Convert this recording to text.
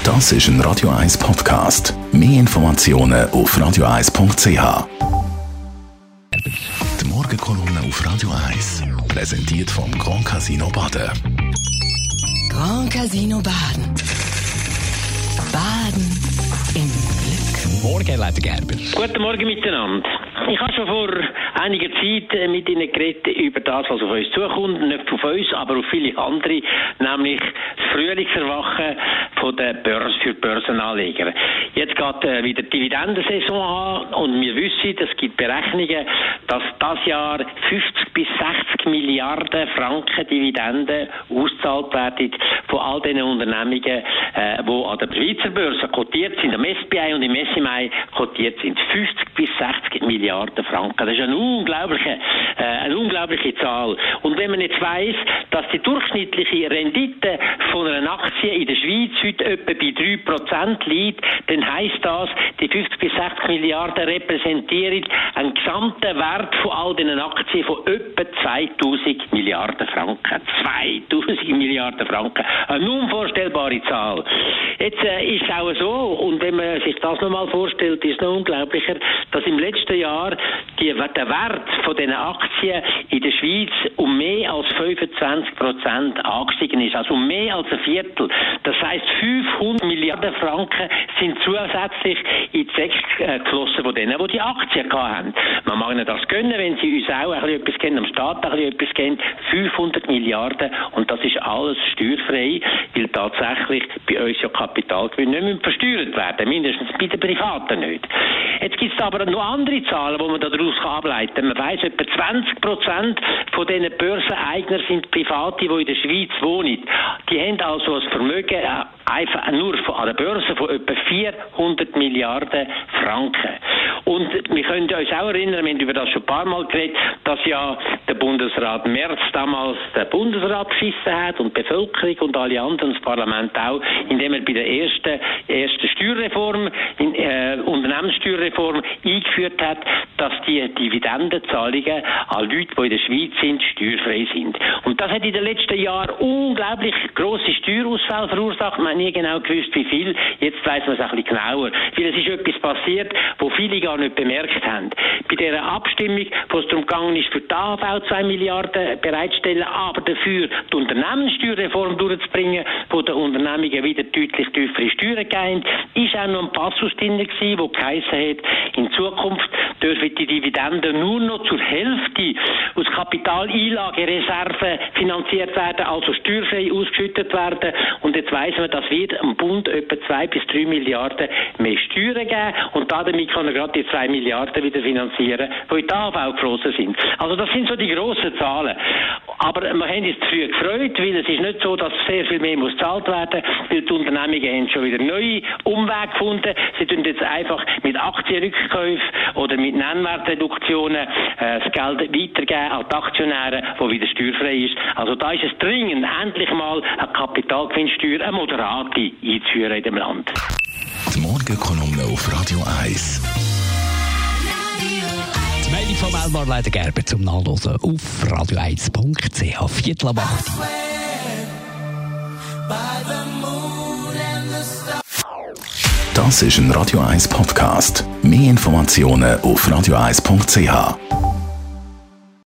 Das ist ein Radio 1 Podcast. Mehr Informationen auf radio1.ch. Die Morgenkolumne auf Radio 1 präsentiert vom Grand Casino Baden. Grand Casino Baden. Baden im Glück. Morgen, Leiter Gerber. Guten Morgen miteinander. Ich habe schon vor einiger Zeit mit Ihnen geredet über das, was auf uns zukommt. Nicht auf uns, aber auf viele andere. Nämlich das Frühlingserwachen von der Börse für Börsenanleger. Jetzt geht wieder die Dividendensaison an und wir wissen, es gibt Berechnungen, dass das Jahr 50 bis 60 Milliarden Franken Dividenden ausgezahlt werden von all diesen Unternehmungen, die an der Schweizer Börse kotiert sind, am SBI und im SMI kotiert sind. 50 bis 60 Milliarden Franken. Das ist eine unglaubliche Zahl. Und wenn man jetzt weiss, dass die durchschnittliche Rendite von einer Aktie in der Schweiz heute etwa bei 3% liegt, dann heisst das, die 50 bis 60 Milliarden repräsentieren einen gesamten Wert von all diesen Aktien von etwa 2000 Milliarden Franken. 2000 Milliarden Franken. Eine unvorstellbare Zahl. Jetzt ist es auch so, und wenn man sich das nochmal vorstellt, ist es noch unglaublicher, dass im letzten Jahr der Wert von diesen Aktien in der Schweiz um mehr als 25% angestiegen ist. Also um mehr als ein Viertel. Das heisst, 500 Milliarden Franken sind zusätzlich in die Säcke geflossen von denen, die Aktien hatten. Man mag ihnen das gönnen, wenn sie uns auch ein bisschen etwas kennen, am Staat ein bisschen etwas kennen. 500 Milliarden und das ist alles steuerfrei, weil tatsächlich bei uns ja Kapitalgewinne nicht versteuert werden, mindestens bei den Privaten nicht. Jetzt gibt es aber noch andere Zahlen, die man daraus ableiten kann. Man weiss, etwa 20% von diesen Börseneignern sind Private, die in der Schweiz wohnen. Die haben also ein Vermögen einfach nur an der Börse von etwa 400 Milliarden Franken. Und wir können uns auch erinnern, wir haben über das schon ein paar Mal geredet, dass ja der Bundesrat Merz damals den Bundesrat geschissen hat und die Bevölkerung und alle anderen, das Parlament auch, indem er bei der ersten Steuerreform, Unternehmenssteuerreform eingeführt hat, dass die Dividendenzahlungen an Leute, die in der Schweiz sind, steuerfrei sind. Und das hat in den letzten Jahren unglaublich grosse Steuerausfälle verursacht. Man hat nie genau gewusst, wie viel. Jetzt weiss man es ein bisschen genauer. Weil es ist etwas passiert, wo viele gar nicht bemerkt haben. Bei dieser Abstimmung, wo es darum gegangen ist, für die AHV 2 Milliarden bereitstellen, aber dafür die Unternehmenssteuerreform durchzubringen, wo den Unternehmungen wieder deutlich tiefere Steuern geben, ist auch noch ein Passus drin gewesen, der geheissen hat, in Zukunft dürfen die Dividenden nur noch zur Hälfte aus Kapitaleinlagereserven finanziert werden, also steuerfrei ausgeschüttet werden. Und jetzt weiss man, das wird am Bund etwa 2 bis 3 Milliarden mehr Steuern geben und damit kann er gerade die 2 Milliarden wieder finanzieren, die in die AHV geflossen sind. Also das sind so die grossen Zahlen. Aber wir haben uns zu früh gefreut, weil es ist nicht so, dass sehr viel mehr muss gezahlt werden, weil die Unternehmungen haben schon wieder neue Umwege gefunden. Sie tun jetzt einfach mit Aktienrückkäufen oder mit Nennwertreduktionen das Geld weitergeben an die Aktionäre, wo wieder steuerfrei ist. Also da ist es dringend, endlich mal eine Kapitalgewinnsteuer, eine moderate einzuführen in dem Land. Die Morgenkolumne auf Radio 1. Die Meldung von Elmar Leiter Gerber zum Nachlesen auf radio1.ch. 7:15. Das ist ein Radio 1 Podcast. Mehr Informationen auf radio1.ch.